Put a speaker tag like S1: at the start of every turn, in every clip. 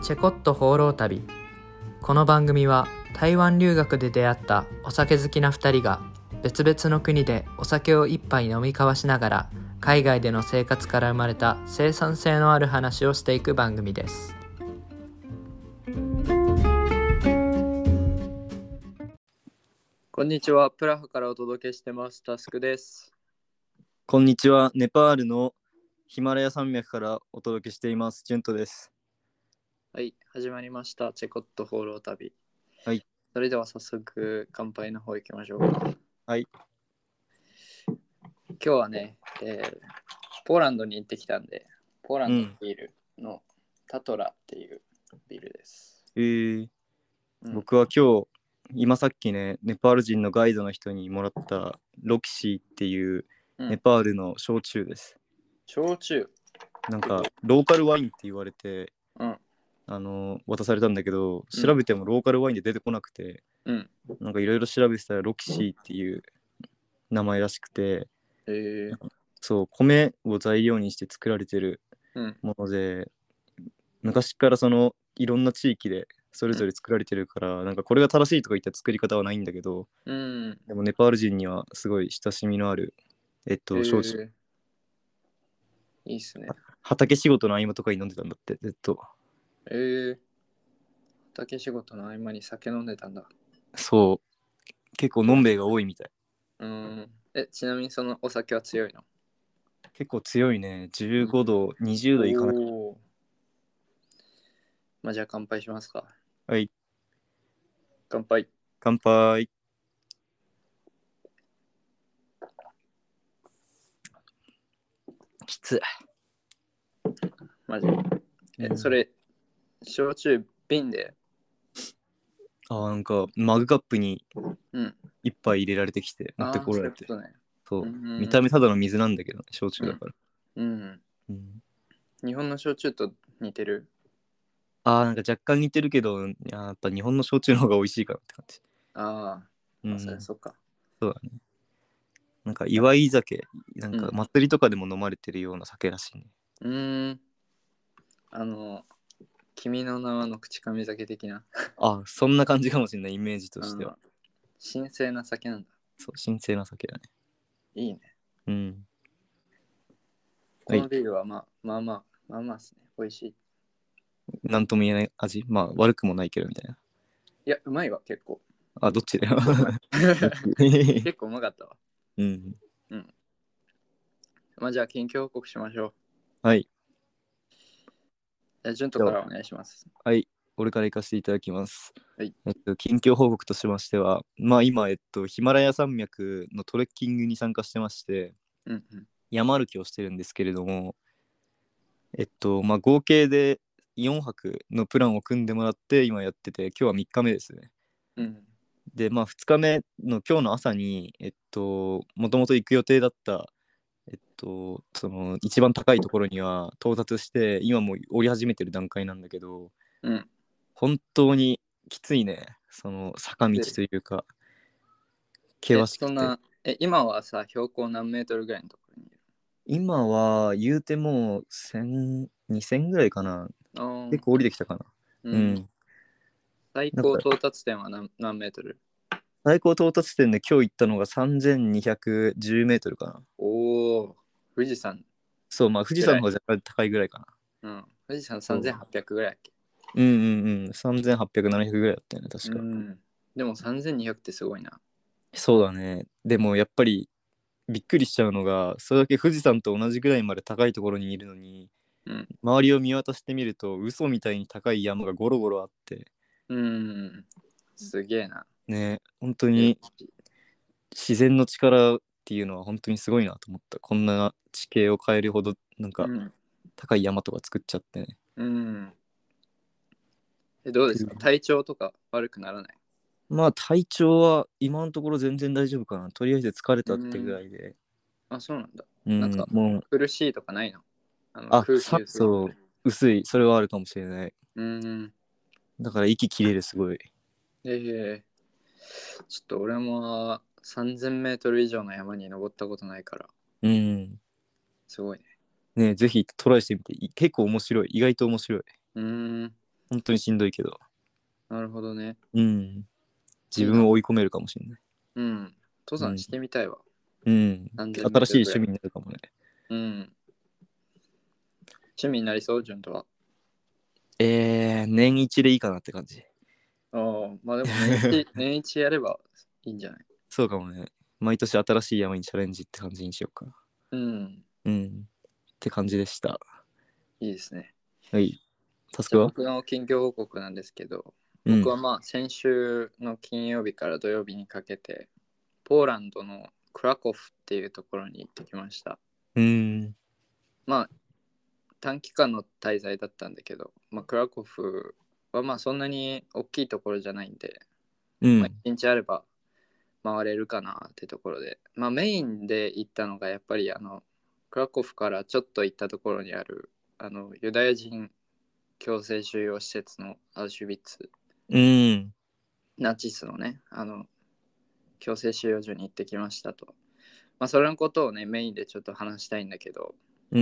S1: チェコット放浪旅。この番組は台湾留学で出会ったお酒好きな2人が別々の国でお酒を一杯飲み交わしながら海外での生活から生まれた生産性のある話をしていく番組です。こんにちは、プラハからお届けしてますタスクです。
S2: こんにちは、ネパールのヒマラヤ山脈からお届けしていますジュントです。
S1: はい、始まりましたチェコット放浪旅。
S2: はい、
S1: それでは早速乾杯の方行きましょうか。
S2: はい、
S1: 今日はね、ポーランドに行ってきたんで、ポーランドのビールのタトラっていうビールです。
S2: 僕は今さっきね、ネパール人のガイドの人にもらったロキシーっていうネパールの焼酎です。
S1: 焼酎
S2: なんかローカルワインって言われて、渡されたんだけど、調べてもローカルワインで出てこなくて、なんかいろいろ調べてたらロキシーっていう名前らしくて、そう、米を材料にして作られてるもので、昔からそのいろんな地域でそれぞれ作られてるから、なんかこれが正しいとか言った作り方はないんだけど、でもネパール人にはすごい親しみのある焼酎。
S1: いいっすね。
S2: 畑仕事の合間とかに飲んでたんだってずっと。
S1: 畑仕事の合間に酒飲んでたんだ。
S2: そう、結構のんべえが多いみたい。
S1: ちなみにそのお酒は強いの？
S2: 結構強いね。15度、20度いかない。
S1: まあじゃあ乾杯しますか。
S2: はい。
S1: 乾杯。
S2: 乾杯。きつい。
S1: マジ。それ、焼酎瓶で？
S2: なんかマグカップに一杯入れられてきて持ってこられて。そう、見た目ただの水なんだけどね、焼酎だから。
S1: 日本の焼酎と似てる？
S2: なんか若干似てるけど、やっぱ日本の焼酎の方が美味しいかなって感じ。
S1: そっか。
S2: そうだね。なんか祝い酒、なんか祭りとかでも飲まれてるような酒らしいね。
S1: 君の名はの口噛み酒的な。
S2: そんな感じかもしれない、イメージとしては。
S1: 神聖な酒なんだ。
S2: そう、神聖な酒だね。
S1: いいね。こ
S2: はい。
S1: のビールはまあですね。美味しい。
S2: なんとも言えない味。まあ悪くもないけどみたいな。
S1: いや、うまいわ、結構。
S2: どっちだよ。
S1: 結構うまかったわ。まあじゃあ近況報告しましょ
S2: う。はい。
S1: ジュントからお願いします。
S2: はい。俺から行かせていただきます。
S1: はい。
S2: 近況報告としましては、まあ今、ヒマラヤ山脈のトレッキングに参加してまして、山歩きをしてるんですけれども、まあ合計で4泊のプランを組んでもらって今やってて、今日は3日目ですね。で、まあ2日目の今日の朝に、もともと行く予定だった、その一番高いところには到達して、今もう降り始めてる段階なんだけど、本当にきついね。その坂道というか、険しくて。
S1: 今はさ、標高何メートルぐらいのところにいる？
S2: 今は言うてもう1000、2000ぐらいかな。結構降りてきたかな。
S1: 最高到達点は何メートル？
S2: 最高到達点で今日行ったのが3210メートルかな。
S1: 富士山。
S2: そう、まあ富士山の方が若干高いぐらいか
S1: な。富士山3800ぐらいだっけ
S2: ？3800、700ぐらいだったよね、確か。
S1: でも3200ってすごいな。
S2: そうだね。でもやっぱりびっくりしちゃうのが、それだけ富士山と同じぐらいまで高いところにいるのに、周りを見渡してみると嘘みたいに高い山がゴロゴロあって、
S1: すげえな。
S2: ね、本当に自然の力っていうのは本当にすごいなと思った。こんな地形を変えるほどなんか高い山とか作っちゃってね。
S1: どうですか？体調とか悪くならない？
S2: まあ体調は今のところ全然大丈夫かな。とりあえず疲れたってぐらいで。
S1: そうなんだ。なんかもう苦しいとかないの？
S2: そう、薄い。それはあるかもしれない。だから息切れる、すごい。
S1: ちょっと俺も3000メートル以上の山に登ったことないから。すごいね。
S2: ね、ぜひトライしてみて。結構面白い。意外と面白い。 本当にしんどいけど。
S1: なるほどね。
S2: うん。自分を追い込めるかもしれない。
S1: うん。登山してみたいわ。
S2: うん。
S1: 何千メー
S2: 新しい
S1: トルぐらい。
S2: 趣味になるかもね。
S1: うん。趣味になりそう、順とは。
S2: 年一でいいかなって感じ。
S1: ああ、まあでも年一やればいいんじゃない？
S2: そうかもね。毎年新しい山にチャレンジって感じにしようかな。
S1: うん。
S2: うん。って感じでした。
S1: いいですね。
S2: はい。タス
S1: じゃあ
S2: クは？
S1: 僕の近況報告なんですけど、
S2: うん。
S1: 僕はまあ先週の金曜日から土曜日にかけて、ポーランドのクラコフっていうところに行ってきました。
S2: うん。
S1: まあ短期間の滞在だったんだけど、まあ、クラコフはまあそんなに大きいところじゃないんで、まあ、
S2: うん。
S1: 一日あれば回れるかなってところで、まあ、メインで行ったのがやっぱりクラコフからちょっと行ったところにあるユダヤ人強制収容施設のアウシュビッツ、
S2: うん。
S1: ナチスのね強制収容所に行ってきましたと。まあそれのことをねメインでちょっと話したいんだけど、
S2: うん。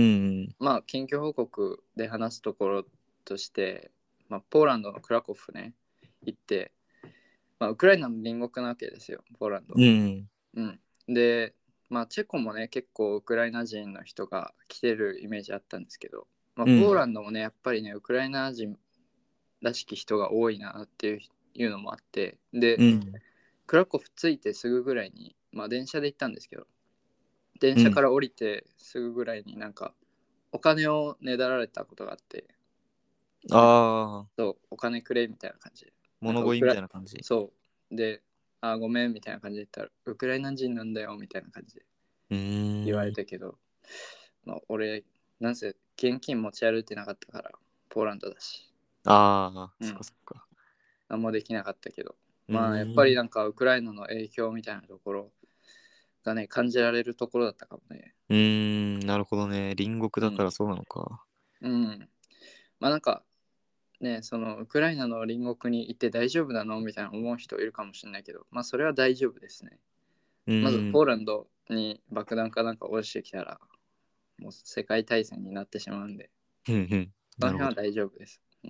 S1: まあ近況報告で話すところとして、まあ、ポーランドのクラコフね行って、まあ、ウクライナの隣国なわけですよポーランド。
S2: うん。
S1: うん、で、まあ、チェコもね結構ウクライナ人の人が来てるイメージあったんですけど、まあ、
S2: うん。
S1: ポーランドもねやっぱりねウクライナ人らしき人が多いなっていうのもあって、で、
S2: うん。
S1: クラコフ着いてすぐぐらいに、まあ、電車で行ったんですけど、電
S2: うん。
S1: 車から降りてすぐぐらいになんかお金をねだられたことがあって、なんか
S2: ああ、
S1: そうお金くれみたいな感じで、なん
S2: 物乞いみ
S1: か
S2: たいな感じ。
S1: そうで、あごめんみたいな感じで言ったらウクライナ人なんだよみたいな感じで
S2: う
S1: 言わ
S2: ーん。
S1: れたけど、まあ、俺なんせ現金持ち歩いてなかったからポーランドだし、
S2: ああ、そっか
S1: うん、
S2: そっか。
S1: 何もできなかったけど、
S2: う
S1: まあやっぱり
S2: ーん。
S1: なんかウクライナの影響みたいなところがね感じられるところだったかもね。
S2: うーん、なるほどね。隣国
S1: うん
S2: だからそうなのか。
S1: うん。まあなんかね、そのウクライナの隣国に行って大丈夫なのみたいな思う人いるかもしれないけど、まあそれは大丈夫ですね。
S2: う
S1: まず
S2: ーん。
S1: ポーランドに爆弾かなんか落ちてきたら、もう世界大戦になってしまうんで、
S2: うんうん。
S1: その
S2: なるほど。
S1: 辺は大丈夫です。うん、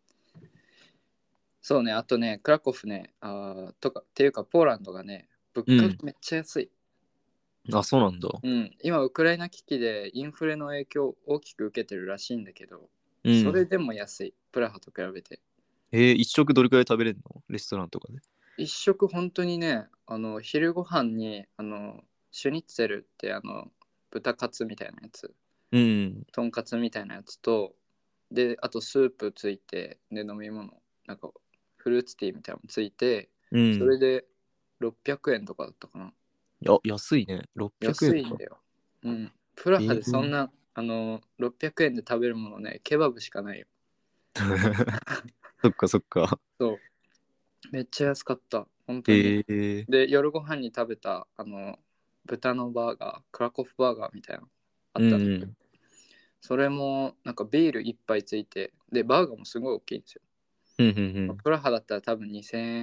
S1: そうね、あとね、クラコフね、とか、っていうかポーランドがね、物
S2: うん。
S1: 価がめっちゃ安い。
S2: あ、そうなんだ。
S1: うん、今、ウクライナ危機でインフレの影響を大きく受けてるらしいんだけど、
S2: うん。
S1: それでも安い、プラハと比べて。
S2: 一食どれくらい食べれるの？レストランとかで。
S1: 一食本当にね、昼ご飯に、シュニッツェルって豚カツみたいなやつ、
S2: うん。
S1: とんかつみたいなやつと、で、あとスープついて、で、飲み物、なんかフルーツティーみたいなのついて、
S2: うん。
S1: それで600円とかだったかな。
S2: 安いね。600円か。
S1: 安いんだよ。うん。プラハでそん
S2: ー、
S1: な、600円で食べるものね、ケバブしかないよ。
S2: そっかそっか。
S1: そう。めっちゃ安かった。本当に。
S2: えー、
S1: で、夜ご飯に食べた、豚のバーガー、クラコフバーガーみたいなのあ
S2: う
S1: ったんだけど、
S2: ん。
S1: それも、なんかビール一杯ついて、で、バーガーもすごい大きいんですよ。
S2: うんうん
S1: プラハだったら多分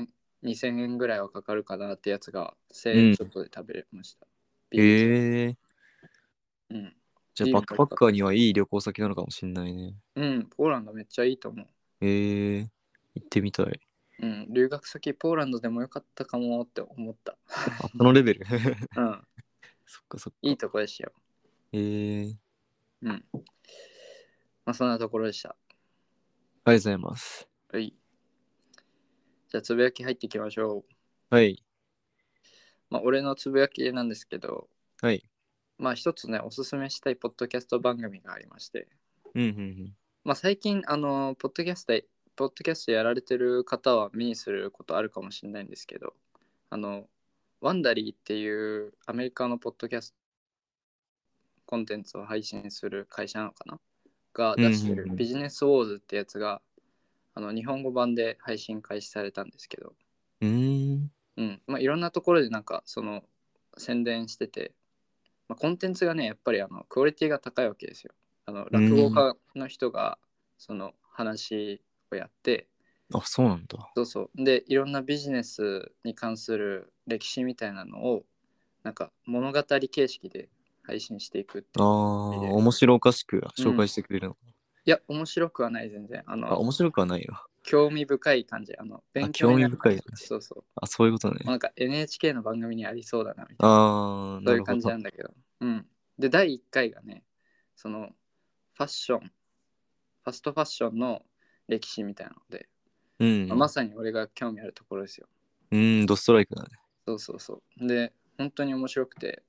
S1: 2000円ぐらいはかかるかなってやつが1000
S2: うん。うん。
S1: 円ちょっとで食べれました。ビールついて。
S2: えー、
S1: うん。
S2: じゃあ
S1: ビール
S2: バックパッ
S1: も美味しかった。
S2: カーにはいい旅行先なのかもしんないね。
S1: うん、ポーランドめっちゃいいと思う。
S2: えー、行ってみたい。
S1: うん、留学先ポーランドでもよかったかもって思った。
S2: あ、そのレベル。
S1: うん、
S2: そっかそっか。
S1: いいとこでしたよ。
S2: えー、
S1: うん。まあそんなところでした。
S2: ありがとうございます。
S1: はい。じゃあつぶやき入っていきましょう。
S2: はい。
S1: まあ俺のつぶやきなんですけど、
S2: はい。
S1: まあ一つね、おすすめしたいポッドキャスト番組がありまして、
S2: うんうん
S1: まあ最近ポッドキャストやられてる方は目にすることあるかもしれないんですけど、あの、ワンダリーっていうアメリカのポッドキャストコンテンツを配信する会社なのかなが
S2: うん。う
S1: 出してる
S2: んうん
S1: ビジネスウォーズってやつが日本語版で配信開始されたんですけど、
S2: うん。うーん。
S1: うんまあ、いろんなところでなんかその宣伝してて、まあ、コンテンツがねやっぱりクオリティが高いわけですよ。
S2: うーん。
S1: 落語家の人がその話をやって、
S2: あ、そうなんだ。
S1: そうそうでいろんなビジネスに関する歴史みたいなのをなんか物語形式で配信していくって
S2: ああ、
S1: いう感じで、
S2: 面白おかしく紹介
S1: うん、
S2: してくれるの。
S3: いや、面白くはない、全然。
S2: 面白くはないよ。
S3: 興味深い感じ。勉強になる。
S2: 興味深い感じ。
S3: そうそう。
S2: そういうことね。
S3: なんか NHK の番組にありそうだなみたいな。そういう感じなんだけど。うん。で、第1回がね、その、ファストファッションの歴史みたいなので、まさに俺が興味あるところですよ。
S2: ドストライクだね。
S3: そう。で、本当に面白くて、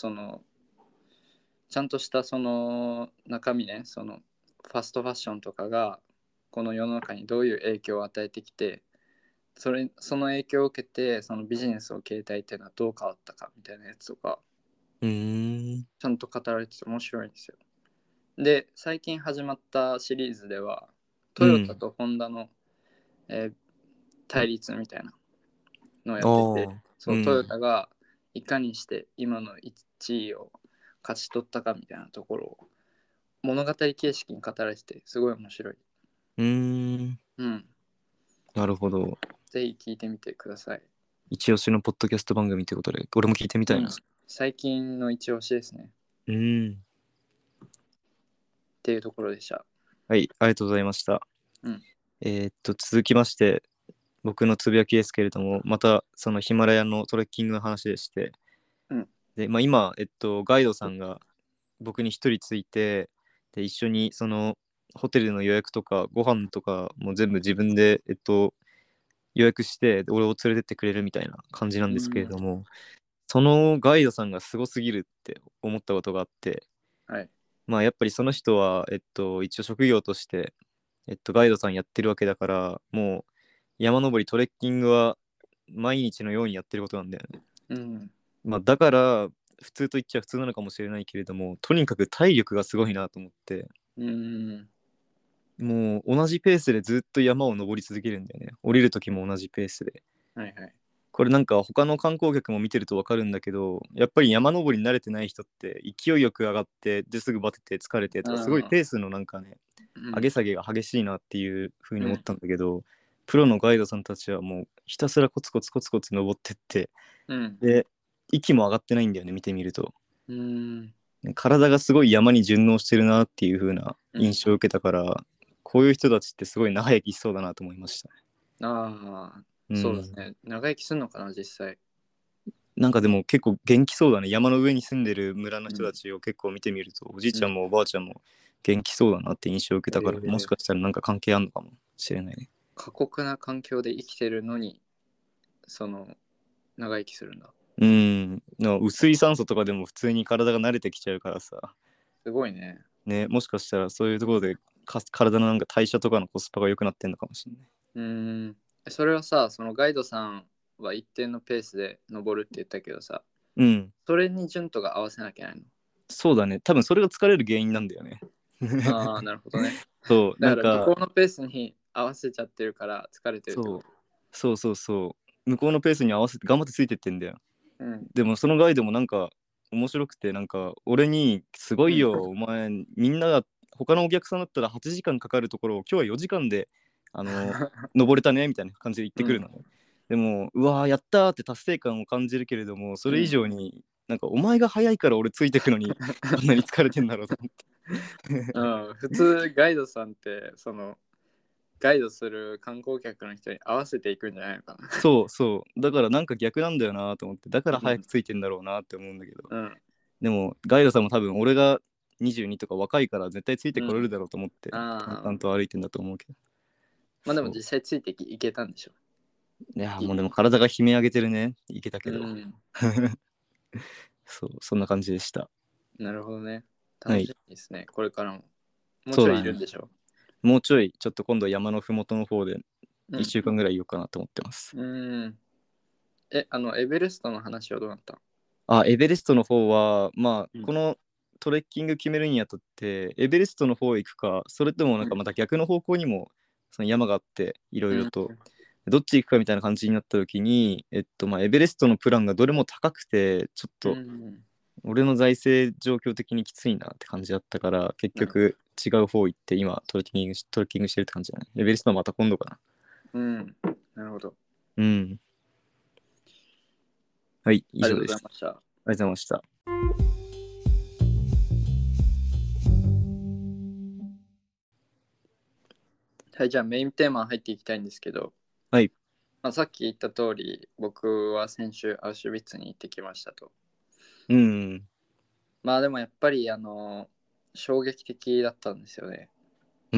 S3: ちゃんとしたその中身ね、そのファストファッションとかがこの世の中にどういう影響を与えてきて、その影響を受けてそのビジネスを形態っていうのはどう変わったかみたいなやつとか、ちゃんと語られてて面白いんですよ。で、最近始まったシリーズではトヨタとホンダの、対立みたいなのをやってて、トヨタがいかにして今の1位を勝ち取ったかみたいなところを物語形式に語られててすごい面白い。
S2: なるほど。
S3: ぜひ聞いてみてください。
S2: 一押しのポッドキャスト番組ということで、俺も聞いてみたいな。
S3: 最近の一押しですね。っていうところでした。
S2: はい、ありがとうございました。続きまして、僕のつぶやきですけれども、またそのヒマラヤのトレッキングの話でして、で、今、ガイドさんが僕に一人ついて、で、一緒にそのホテルの予約とかご飯とかも全部自分で、予約して俺を連れてってくれるみたいな感じなんですけれども、そのガイドさんがすごすぎるって思ったことがあって、やっぱりその人は、一応職業として、ガイドさんやってるわけだから、もう山登りトレッキングは毎日のようにやってることなんだよね。だから普通と言っちゃ普通なのかもしれないけれども、とにかく体力がすごいなと思って、もう同じペースでずっと山を登り続けるんだよね。降りる時も同じペースで。これなんか他の観光客も見てると分かるんだけど、やっぱり山登りに慣れてない人って勢いよく上がってですぐバテて疲れてとか、すごいペースのなんかね、上げ下げが激しいなっていう風に思ったんだけど、プロのガイドさんたちはもうひたすらコツコツ登ってって、で息も上がってないんだよね、見てみると。体がすごい山に順応してるなっていう風な印象を受けたから、こういう人たちってすごい長生きしそうだなと思いました。
S3: そうですね。長生きするのかな、実際。
S2: なんかでも結構元気そうだね。山の上に住んでる村の人たちを結構見てみると、おじいちゃんもおばあちゃんも元気そうだなって印象を受けたから、もしかしたらなんか関係あるのかもしれないね。
S3: 過酷な環境で生きてるのに、長生きするんだ。
S2: 薄い酸素とかでも普通に体が慣れてきちゃうからさ。
S3: すごいね。
S2: もしかしたらそういうところで体のなんか代謝とかのコスパが良くなってんのかもしれ
S3: ない。それはさ、そのガイドさんは一定のペースで登るって言ったけどさ、それに順とが合わせなきゃいけないの？
S2: そうだね。多分それが疲れる原因なんだよね。
S3: なるほどね。
S2: そう、
S3: だから向こうのペースに合わせちゃってるから疲れてるってこと。
S2: そう向こうのペースに合わせて頑張ってついてってんだよ。でもそのガイドもなんか面白くて、なんか俺にすごいよ、お前みんなが他のお客さんだったら8時間かかるところを今日は4時間で登れたねみたいな感じで言ってくるの、でもうわーやったーって達成感を感じるけれども、それ以上になんかお前が早いから俺ついてくのにこんなに疲れてんだろうと思って
S3: 普通ガイドさんってガイドする観光客の人に合わせていくんじゃないのかな。
S2: そうだからなんか逆なんだよなと思って、だから早くついてんだろうなって思うんだけど、でもガイドさんも多分俺が22とか若いから絶対ついてこれるだろうと思って、淡々と歩いてんだと思うけど。
S3: でも実際ついていけたんでしょ。
S2: いやもうでも体が悲鳴上げてるね。いけたけど、そんな感じでした。
S3: なるほどね。楽しみですね、これからも。もうちょいいるんでしょ。
S2: もうちょいちょっと今度山のふもとの方で1週間ぐらいいようかなと思ってます。
S3: エベレストの話はどうなった？
S2: エベレストの方はこのトレッキング決めるにあたってエベレストの方へ行くか、それともなんかまた逆の方向にもその山があっていろいろと、どっち行くかみたいな感じになった時に、エベレストのプランがどれも高くてちょっと俺の財政状況的にきついなって感じだったから、結局違う方行って今トレッキングしてるって感じだね。エベレストはまた今度かな。
S3: なるほど。
S2: はい、以上です。
S3: ありがとうございました。
S2: ありがとうございました。
S3: はい、じゃあメインテーマ入っていきたいんですけど、
S2: はい。
S3: さっき言った通り、僕は先週アウシュビッツに行ってきましたと。
S2: うん。
S3: でもやっぱり衝撃的だったんですよね。
S2: うん。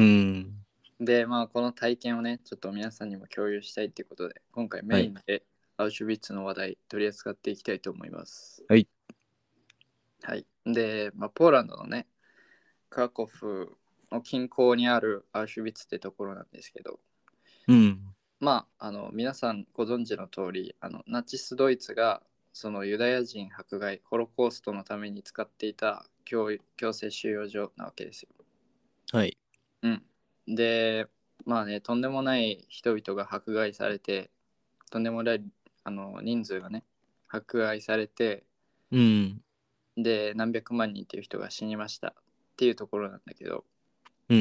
S3: で、この体験をね、ちょっと皆さんにも共有したいということで、今回メインでアウシュビッツの話題取り扱っていきたいと思います。
S2: はい。
S3: はい。で、ポーランドのね、クラコフの近郊にあるアウシュビッツってところなんですけど、
S2: うん。
S3: 皆さんご存知の通り、ナチスドイツがそのユダヤ人迫害、ホロコーストのために使っていた強制収容所なわけですよ。
S2: はい。
S3: うん。で、とんでもない人々が迫害されて、とんでもない人数がね、迫害されて、
S2: うん。
S3: で、何百万人っていう人が死にましたっていうところなんだけど、
S2: うん。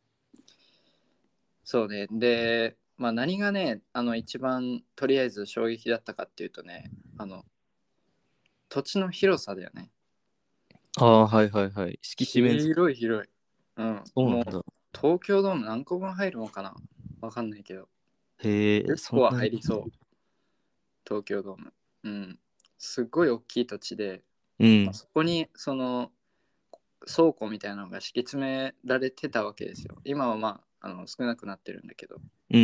S3: そうね。で、何がね、一番とりあえず衝撃だったかっていうとね、土地の広さだよね。
S2: ああ、はいはいはい。敷地面積。
S3: 広い広い。うん。もう
S2: そうなんだ。
S3: 東京ドーム何個分入るのかな、わかんないけど。
S2: へえ、
S3: 10個は
S2: そんなに。
S3: 入りそう。東京ドーム。うん。すっごい大きい土地で、
S2: うん。
S3: そこにその倉庫みたいなのが敷き詰められてたわけですよ。今は少なくなってるんだけど、
S2: うん。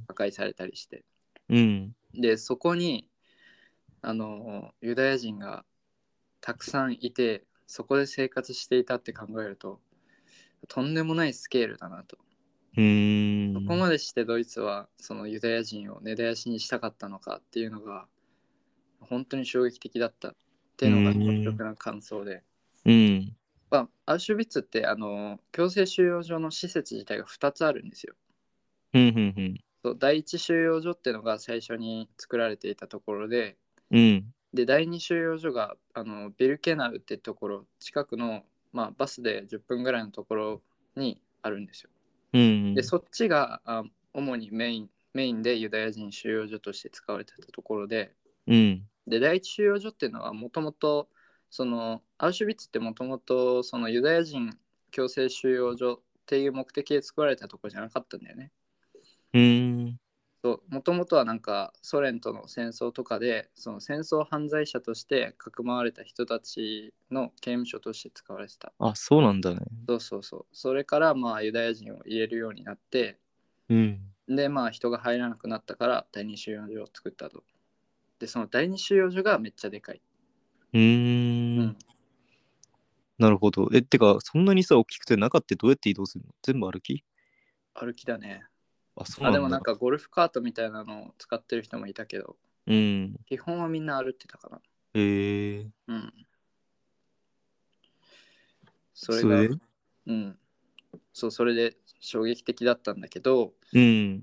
S3: 破壊されたりして。
S2: うん。
S3: で、そこにユダヤ人がたくさんいて、そこで生活していたって考えると、とんでもないスケールだなと。
S2: うー
S3: そこ
S2: ん。
S3: までしてドイツはそのユダヤ人を根絶やしにしたかったのかっていうのが本当に衝撃的だったって
S2: う
S3: いうのが率
S2: ーん。
S3: 直な感想で、
S2: うん。
S3: アウシュビッツって強制収容所の施設自体が2つあるんですよ。
S2: うん。うん。
S3: そう第一収容所っていうのが最初に作られていたところで、
S2: うん。
S3: で第二収容所がビルケナウってところ近くの、バスで10分ぐらいのところにあるんですよ。
S2: うん。
S3: でそっちが主にメインでユダヤ人収容所として使われてたところで、
S2: うん。
S3: で第一収容所っていうのはもともとそのアウシュビッツってもともとそのユダヤ人強制収容所っていう目的で作られたところじゃなかったんだよね。
S2: うん。
S3: もともとはなんかソ連との戦争とかでその戦争犯罪者としてかくまわれた人たちの刑務所として使われてた。
S2: あ、そうなんだね。
S3: そうそうそう。それからユダヤ人を入れるようになって、
S2: うん。
S3: で人が入らなくなったから第二収容所を作ったと。でその第二収容所がめっちゃでかい。
S2: うーん。
S3: うん。
S2: なるほど。てか、そんなにさ、大きくて中ってどうやって移動するの？全部歩き？
S3: 歩きだね。
S2: あ、そうなんだ。
S3: でもなんかゴルフカートみたいなのを使ってる人もいたけど、
S2: うん。
S3: 基本はみんな歩ってたかな。
S2: へえ。
S3: うん。それが、
S2: それで？
S3: うん。そう、それで衝撃的だったんだけど、
S2: うん。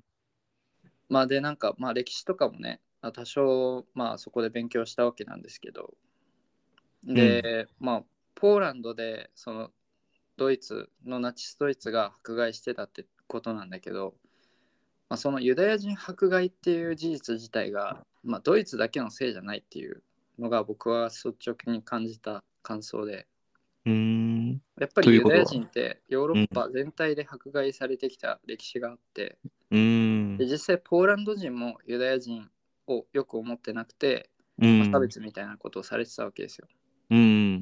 S3: で、なんか、歴史とかもね、多少、そこで勉強したわけなんですけど、
S2: うん。
S3: で、ポーランドで、その、ドイツのナチスドイツが迫害してたってことなんだけど、そのユダヤ人迫害っていう事実自体が、ドイツだけのせいじゃないっていうのが僕は率直に感じた感想で、
S2: うーん。
S3: やっぱりユダヤ
S2: ということは？
S3: 人ってヨーロッ
S2: うん。
S3: パ全体で迫害されてきた歴史があって、
S2: うーん。
S3: で実際ポーランド人もユダヤ人をよく思ってなくて、差
S2: うん。
S3: 別みたいなことをされてたわけですよ。
S2: うん。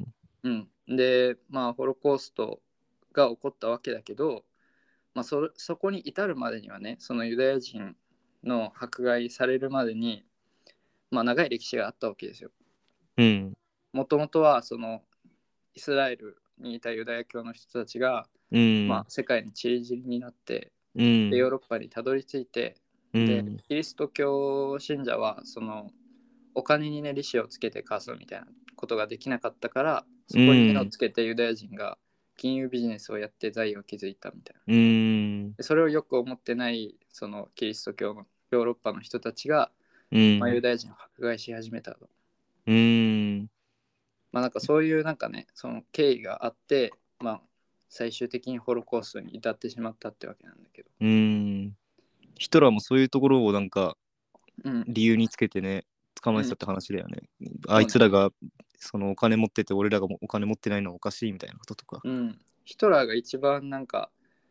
S3: うん、で、ホロコーストが起こったわけだけど、そこに至るまでにはね、そのユダヤ人の迫害されるまでに、長い歴史があったわけですよ。
S2: うん。
S3: もともとはそのイスラエルにいたユダヤ教の人たちが、
S2: うん。
S3: 世界に散り散りになって、
S2: うん。
S3: でヨーロッパにたどり着いて、で
S2: うん。
S3: キリスト教信者はそのお金にね利子をつけて貸すみたいなことができなかったから、そこに目をつけてユダヤ人が金融ビジネスをやって財を築いたみたいな。
S2: うん。
S3: でそれをよく思ってないそのキリスト教のヨーロッパの人たちが、
S2: うん。
S3: ユダヤ人を迫害し始めたと。
S2: うん。
S3: なんかそういうなんかね、その経緯があって、最終的にホロコーストに至ってしまったってわけなんだけど。
S2: うん。ヒトラーもそういうところをなんか
S3: うん。
S2: 理由につけてね、捕まえてたって話だよね。あいつ
S3: そうね。
S2: らがそのお金持ってて俺らがお金持ってないのはおかしいみたいなこととか。
S3: うん。ヒトラーが一番なんか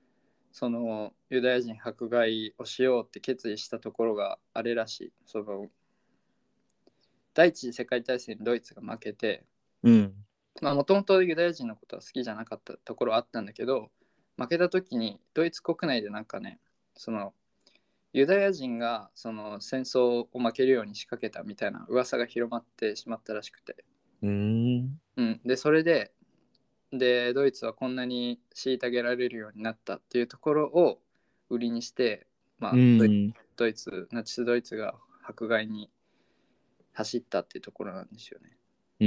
S3: そのユダヤ人迫害をしようって決意したところがあれらしい。その第一次世界大戦にドイツが負けて、
S2: うん。
S3: もともとユダヤ人のことは好きじゃなかったところはあったんだけど、負けた時にドイツ国内でなんかね、そのユダヤ人がその戦争を負けるように仕掛けたみたいな噂が広まってしまったらしくて、でそれでドイツはこんなに虐げられるようになったっていうところを売りにして、ドイツナチスドイツが迫害に走ったっていうところなんですよね。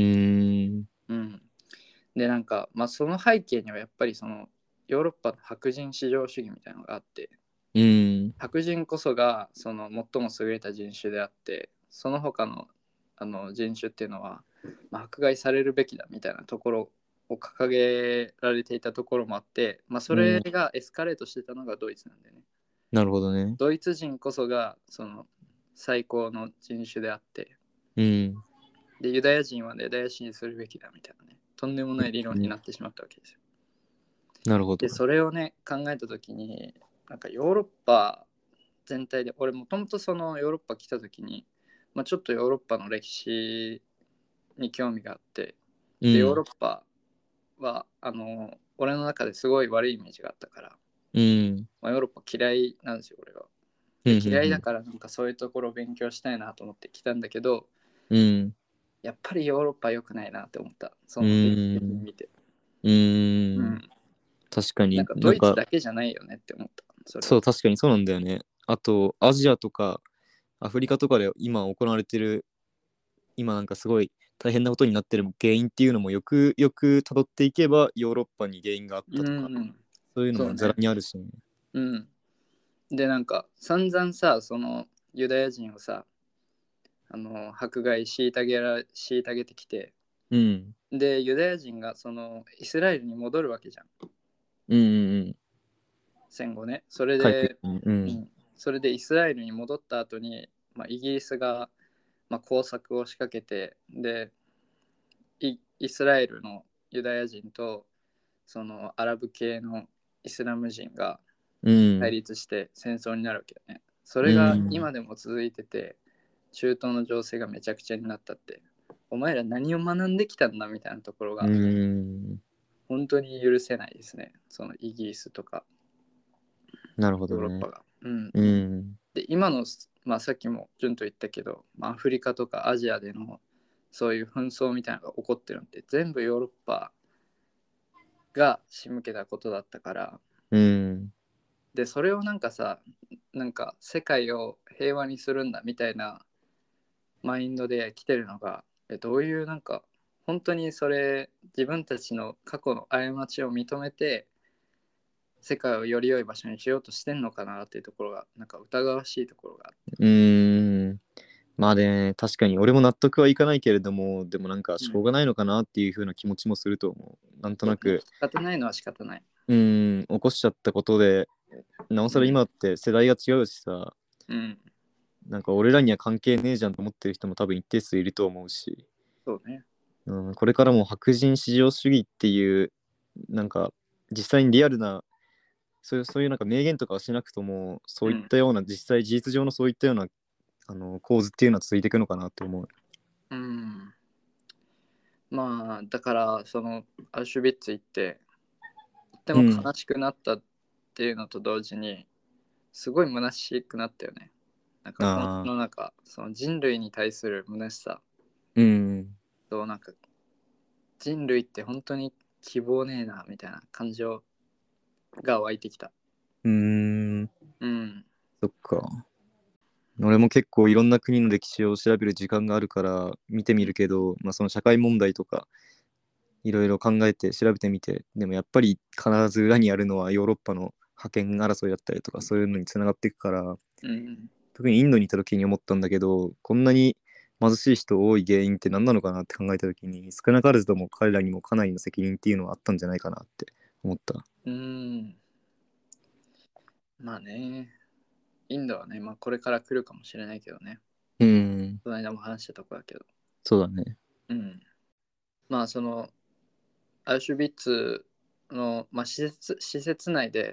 S3: でなんか、その背景にはやっぱりそのヨーロッパの白人至上主義みたいなのがあって、白人こそがその最も優れた人種であって、その他の人種っていうのは、迫害されるべきだみたいなところを掲げられていたところもあって、それがエスカレートしてたのがドイツなんでね。
S2: なるほどね。
S3: ドイツ人こそがその最高の人種であって、でユダヤ人はユダヤ人にするべきだみたいなね、とんでもない理論になってしまったわけですよ。
S2: なるほど。
S3: でそれをね考えた時に、なんかヨーロッパ全体で、俺もともとそのヨーロッパ来た時に、ちょっとヨーロッパの歴史に興味があって、でヨーロッパは俺の中ですごい悪いイメージがあったから、ヨーロッパ嫌いなんですよ俺は。で嫌いだからなんかそういうところを勉強したいなと思って来たんだけど、やっぱりヨーロッパ良くないなって思った。その見て。
S2: 確かに。
S3: なんかドイツだけじゃないよねって思った。
S2: そう、確かにそうなんだよね。あと、アジアとかアフリカとかで今行われてる、今なんかすごい大変なことになってる原因っていうのもよくよく辿っていけばヨーロッパに原因があったとか、そういうのもざらにあるしね。
S3: でなんか散々さ、そのユダヤ人をさ迫害虐げてきて、でユダヤ人がそのイスラエルに戻るわけじゃん。戦後ね。それで、それでイスラエルに戻った後に、イギリスが、工作を仕掛けて、でイスラエルのユダヤ人とそのアラブ系のイスラム人が対立して戦争になるわけよね。それが今でも続いてて、中東の情勢がめちゃくちゃになったって、お前ら何を学んできたんだみたいなところが本当に許せないですね。そのイギリスとか
S2: なるほど、
S3: ヨーロッパが。で今の、さっきも順と言ったけど、アフリカとかアジアでのそういう紛争みたいなのが起こってるのって全部ヨーロッパが仕向けたことだったから、でそれをなんかさ、なんか世界を平和にするんだみたいなマインドで来てるのが、どういうなんか本当にそれ自分たちの過去の過ちを認めて世界をより良い場所にしようとしてんのかなっていうところがなんか疑わしいところがあって。
S2: まあね、確かに俺も納得はいかないけれども、でもなんかしょうがないのかなっていう風な気持ちもすると思う。なんとなく。
S3: 仕方ないのは仕方ない。
S2: 起こしちゃったことで、なおさら今って世代が違うしさ、なんか俺らには関係ねえじゃんと思ってる人も多分一定数いると思うし、
S3: そうね。
S2: これからも白人至上主義っていう、なんか実際にリアルな、そういうなんか名言とかはしなくとも、そういったような、実際事実上のそういったような構図っていうのは続いていくのかなって思う。
S3: だからそのアウシュビッツ行ってとっても悲しくなったっていうのと同時に、すごい虚しくなったよね。なんかこの中その人類に対する虚しさと、なんか人類って本当に希望ねえなみたいな感情が湧いてきた。
S2: そっか。俺も結構いろんな国の歴史を調べる時間があるから見てみるけど、その社会問題とかいろいろ考えて調べてみて、でもやっぱり必ず裏にあるのはヨーロッパの覇権争いだったりとかそういうのにつながっていくから、特にインドにいた時に思ったんだけど、こんなに貧しい人多い原因って何なのかなって考えた時に、少なからずとも彼らにもかなりの責任っていうのはあったんじゃないかなって思った。
S3: まあね、インドはね、これから来るかもしれないけどね。この間も話したとこだけど。
S2: そうだね。
S3: そのアウシュビッツの、施設内で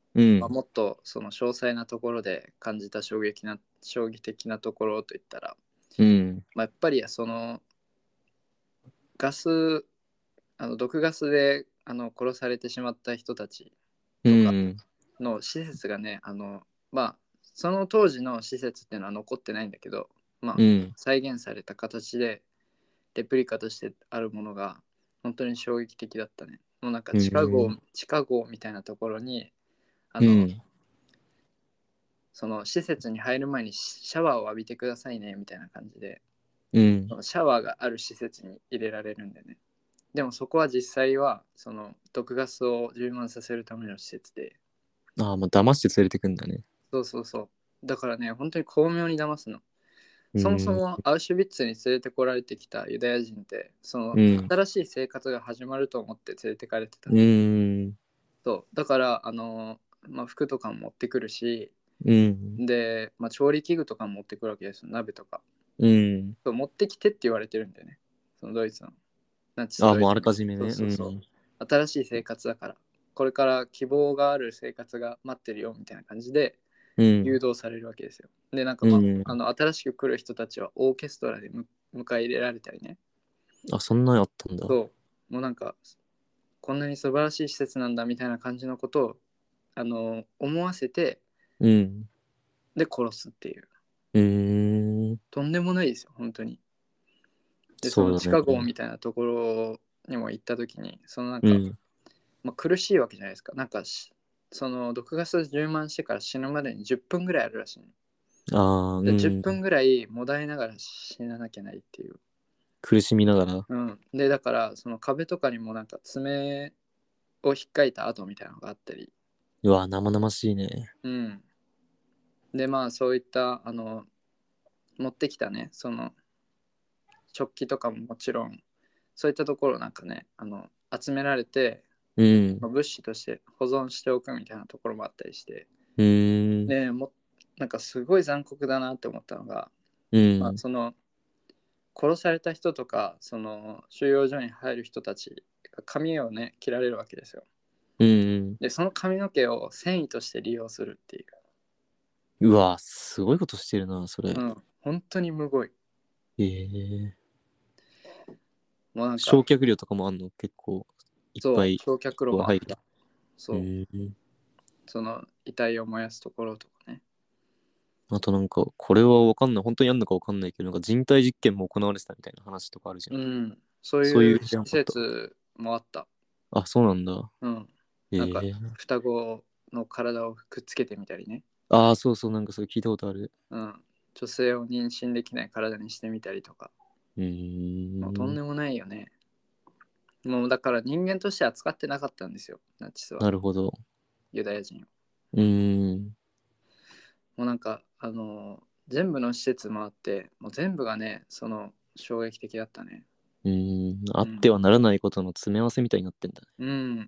S2: うん
S3: まあ、もっとその詳細なところで感じた衝撃的なところといったら、
S2: うん
S3: まあ、やっぱりそのガス毒ガスで殺されてしまった人たち
S2: う
S3: とか
S2: ん
S3: の施設がね、まあその当時の施設っていうのは残ってないんだけど、まあ
S2: うん
S3: 再現された形でレプリカとしてあるものが本当に衝撃的だったね。もうなんか地下壕みたいなところにあの、
S2: うん
S3: その施設に入る前にシャワーを浴びてくださいねみたいな感じで、
S2: うん
S3: シャワーがある施設に入れられるんでね。でもそこは実際はその毒ガスを充満させるための施設で、
S2: ああ、もう騙して連れてくんだね。
S3: そうそうそう。だからね、本当に巧妙に騙すの。そもそ
S2: うん
S3: もアウシュビッツに連れてこられてきたユダヤ人って、その
S2: うん
S3: 新しい生活が始まると思って連れてかれてた。
S2: うん
S3: そう。だから、まあ、服とかも持ってくるし、
S2: うん
S3: で、まあ、調理器具とかも持ってくるわけですよ。鍋とか。
S2: うん
S3: そう持ってきてって言われてるんだよね。そのドイツの。ナチス
S2: ああ、もうあ
S3: ドイツの。
S2: らかじめね。
S3: そうそうそう。新しい生活だから。これから希望がある生活が待ってるよみたいな感じで誘導されるわけですよ。で、なんかまあ、新しく来る人たちはオーケストラで迎え入れられたりね。
S2: あ、そんなにあったんだ。
S3: そう。もうなんか、こんなに素晴らしい施設なんだみたいな感じのことを、思わせて、
S2: うん。
S3: で、殺すっていう。
S2: ん。
S3: とんでもないですよ、本当に。で、その地
S2: そうだね。
S3: 下壕みたいなところにも行った時に、そのなんか、
S2: うん。
S3: まあ、苦しいわけじゃないですか。なんかその毒ガス充満してから死ぬまでに10分ぐらいあるらしいの。
S2: ああ、う
S3: で、10
S2: ん。
S3: 分ぐらいもだえながら死ななきゃないっていう。
S2: 苦しみながら。
S3: うん。で、だから、その壁とかにもなんか爪を引っかいた跡みたいなのがあったり、
S2: うわ、生々しいね。
S3: うん。で、まあ、そういった、持ってきたね、その食器とかももちろん、そういったところなんかね、集められて、
S2: うん。
S3: まあ、物資として保存しておくみたいなところもあったりして、
S2: うん。
S3: で、なんかすごい残酷だなって思ったのが、まあ、
S2: うん。
S3: その、殺された人とか、その収容所に入る人たちが髪をね、切られるわけですよ。
S2: うん。
S3: で、その髪の毛を繊維として利用するっていう。
S2: うわ、すごいことしてるな、それ。
S3: うん、本当にむごい。
S2: ええ
S3: もうなんか、
S2: 焼却量とかもあんの結構いっぱ
S3: そう、
S2: い
S3: 焼却炉
S2: 人が入る。
S3: もあった。そう、その遺体を燃やすところとかね。
S2: あとなんか、これはわかんない。本当にやんのかわかんないけど、なんか人体実験も行われてたみたいな話とかあるじゃん。
S3: うん、そう
S2: そういう
S3: いう施
S2: 部屋もあった。
S3: 設もあった。
S2: あ、そうなんだ。
S3: うん。なんか、
S2: ええ
S3: 双子の体をくっつけてみたりね。
S2: ああ、そうそう、なんかそれ聞いたことある。
S3: うん。女性を妊娠できない体にしてみたりとか。
S2: うーん。
S3: もうとんでもないよね。もうだから人間として扱ってなかったんですよ、ナチスは。
S2: なるほど。
S3: ユダヤ人を。
S2: うーん。
S3: もうなんか、全部の施設もあって、もう全部がね、その衝撃的だったね。
S2: うーん。あってはならないことの詰め合わせみたいになってんだね。
S3: うん。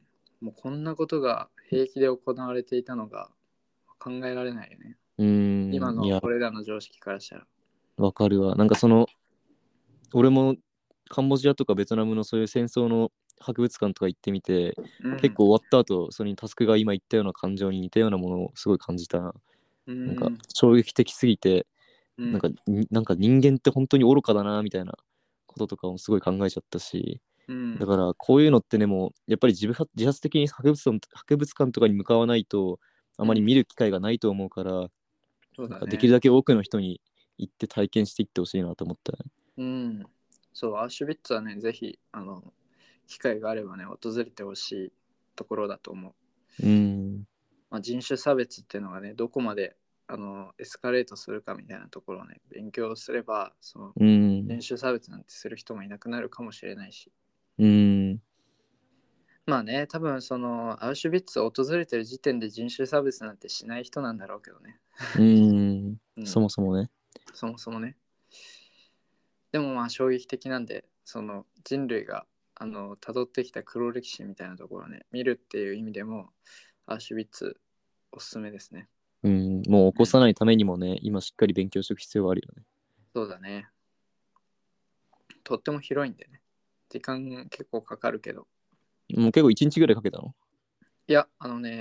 S3: もうこんなことが平気で行われていたのが考えられないよね。
S2: うーん。い
S3: 今の
S2: や、
S3: 俺らの常識からしたら。
S2: わかるわ。なんかその、俺もカンボジアとかベトナムのそういう戦争の博物館とか行ってみて、
S3: うん。
S2: 結構終わった後、それにタスクが今言ったような感情に似たようなものをすごい感じたな。
S3: う
S2: なんか
S3: ん。
S2: 衝撃的すぎて、
S3: うん。
S2: なんか人間って本当に愚かだなみたいなこととかもすごい考えちゃったし、
S3: うん。
S2: だからこういうのってね、もうやっぱり自発的に博物館とかに向かわないとあまり見る機会がないと思うから、なんかでき
S3: そうだね。
S2: るだけ多くの人に行って体験していってほしいなと思ったね。
S3: うん。そう、アウシュビッツはね、ぜひ、機会があればね、訪れてほしいところだと思う。
S2: うん。
S3: まあ、人種差別っていうのがね、どこまでエスカレートするかみたいなところをね、勉強すれば、その
S2: うん。
S3: 人種差別なんてする人もいなくなるかもしれないし。
S2: うん。
S3: まあね、多分そのアウシュビッツを訪れてる時点で人種差別なんてしない人なんだろうけどね。
S2: うん。
S3: うん、
S2: そもそもね。
S3: そもそもね。でもまあ衝撃的なんで、その人類が辿ってきた黒歴史みたいなところをね、見るっていう意味でも、アウシュビッツおすすめですね。
S2: うん。もう起こさないためにもね、今しっかり勉強しておく必要があるよね。
S3: そうだね。とっても広いんでね。時間結構かかるけど。
S2: もう結構1日ぐらいかけたの？
S3: いや、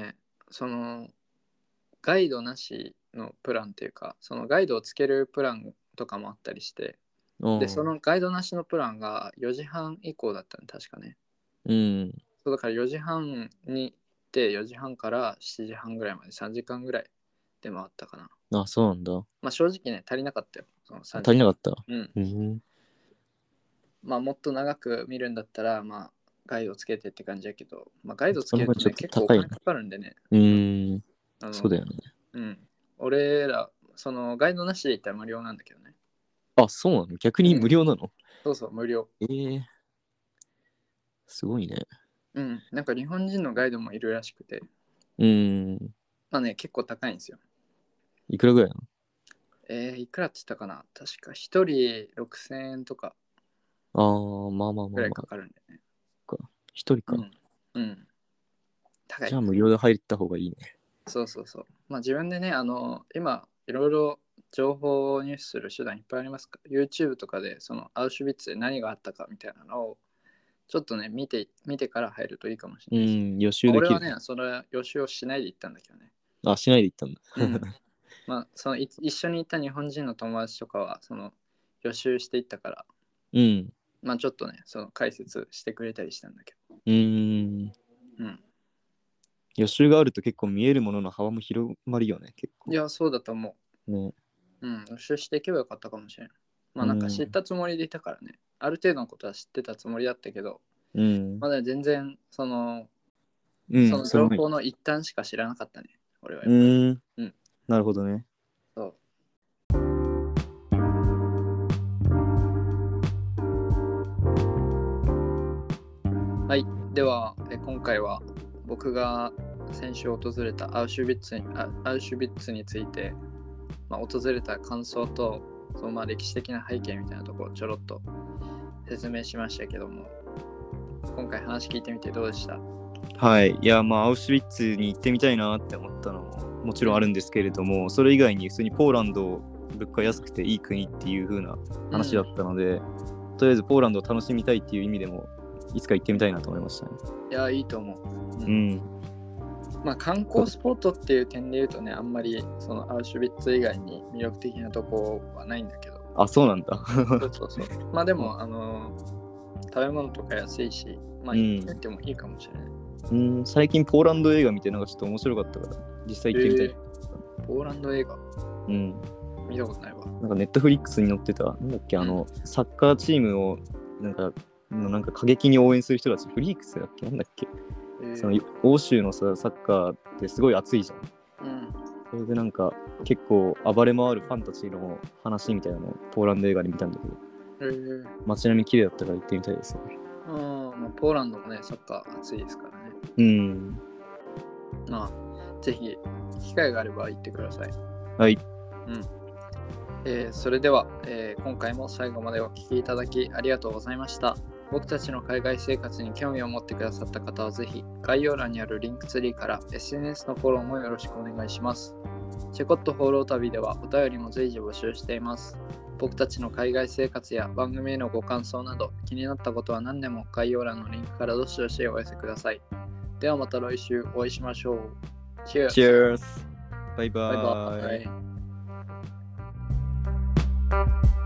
S3: そのガイドなしのプランっていうか、そのガイドをつけるプランとかもあったりして、でそのガイドなしのプランが4時半以降だったの確かね。
S2: うん。
S3: そうだから4時半に行って4時半から7時半ぐらいまで3時間ぐらいで回ったかな。
S2: あ、そうなんだ。
S3: まあ正直ね足りなかったよ。その3時間
S2: 足りなかった。
S3: うん。まあもっと長く見るんだったらまあガイドつけてって感じだけど、まあガイドつけるとね結構お金かかるんでね。
S2: そうだよね。
S3: うん。俺らそのガイドなしで行ったら無料なんだけどね。
S2: あ、そうなの？逆に無料なの？
S3: そうそう無料。
S2: すごいね。
S3: うん。なんか日本人のガイドもいるらしくて。まあね結構高いんですよ。
S2: いくらぐらいな
S3: の？いくらって言ったかな、確か1人6000円とか
S2: まあ
S3: ぐらいかかるんでね。
S2: 一人か。高い。じゃあ無料で入った方がいいね。
S3: そう。まあ自分でね、今いろいろ情報を入手する手段いっぱいありますから、YouTube とかでそのアウシュビッツで何があったかみたいなのをちょっとね、見てから入るといいかもしれないです。
S2: 予習できる。
S3: 俺はね、それは予習をしないで行ったんだけどね。
S2: あ、しないで行ったんだ。
S3: まあ、その一緒に行った日本人の友達とかは、その予習していったから、まあちょっとね、その解説してくれたりしたんだけど。
S2: 予習があると結構見えるものの幅も広まるよね、結構。
S3: いや、そうだと思
S2: う。ね。
S3: 予習していけばよかったかもしれない。まあなんか知ったつもりでいたからね。ある程度のことは知ってたつもりだったけど、まだ全然その情報の一端しか知らなかったね、俺はやっぱり。
S2: なるほどね。
S3: そう。はい、では今回は僕が先週訪れたアウシュビッツについて、訪れた感想とその歴史的な背景みたいなところをちょろっと説明しましたけども、今回話聞いてみてどうでした？
S2: はい、いやアウシュビッツに行ってみたいなって思ったのももちろんあるんですけれども、それ以外に普通にポーランド物価安くていい国っていう風な話だったので、とりあえずポーランドを楽しみたいっていう意味でもいつか行ってみたいなと思いましたね。
S3: いや、いいと思う。観光スポットっていう点で言うとね、あんまりそのアウシュビッツ以外に魅力的なとこはないんだけど。
S2: あ、そうなんだ。
S3: そう。でも、食べ物とか安いし、行ってみてもいいかもしれない。
S2: 最近ポーランド映画見てなんかちょっと面白かったから、実際行ってみたい。
S3: ポーランド映画？見たことないわ。
S2: なんかネットフリックスに載ってた、なんだっけ、サッカーチームをなんか過激に応援する人たち、フリークスだっけ、なんだっけ。その欧州のサッカーってすごい熱いじゃん。それでなんか結構暴れ回るファンたちの話みたいなのをポーランド映画で見たんだけど、街並み綺麗だったから行ってみたいですね。
S3: ポーランドもね、サッカー熱いですからね。ぜひ機会があれば行ってください。
S2: はい。
S3: それでは、今回も最後までお聞きいただきありがとうございました。僕たちの海外生活に興味を持ってくださった方はぜひ概要欄にあるリンクツリーから SNS のフォローもよろしくお願いします。チェコット放浪旅ではお便りも随時募集しています。僕たちの海外生活や番組へのご感想など気になったことは何でも概要欄のリンクからどしどしお寄せください。ではまた来週お会いしましょう。
S2: Cheers! バイバイ。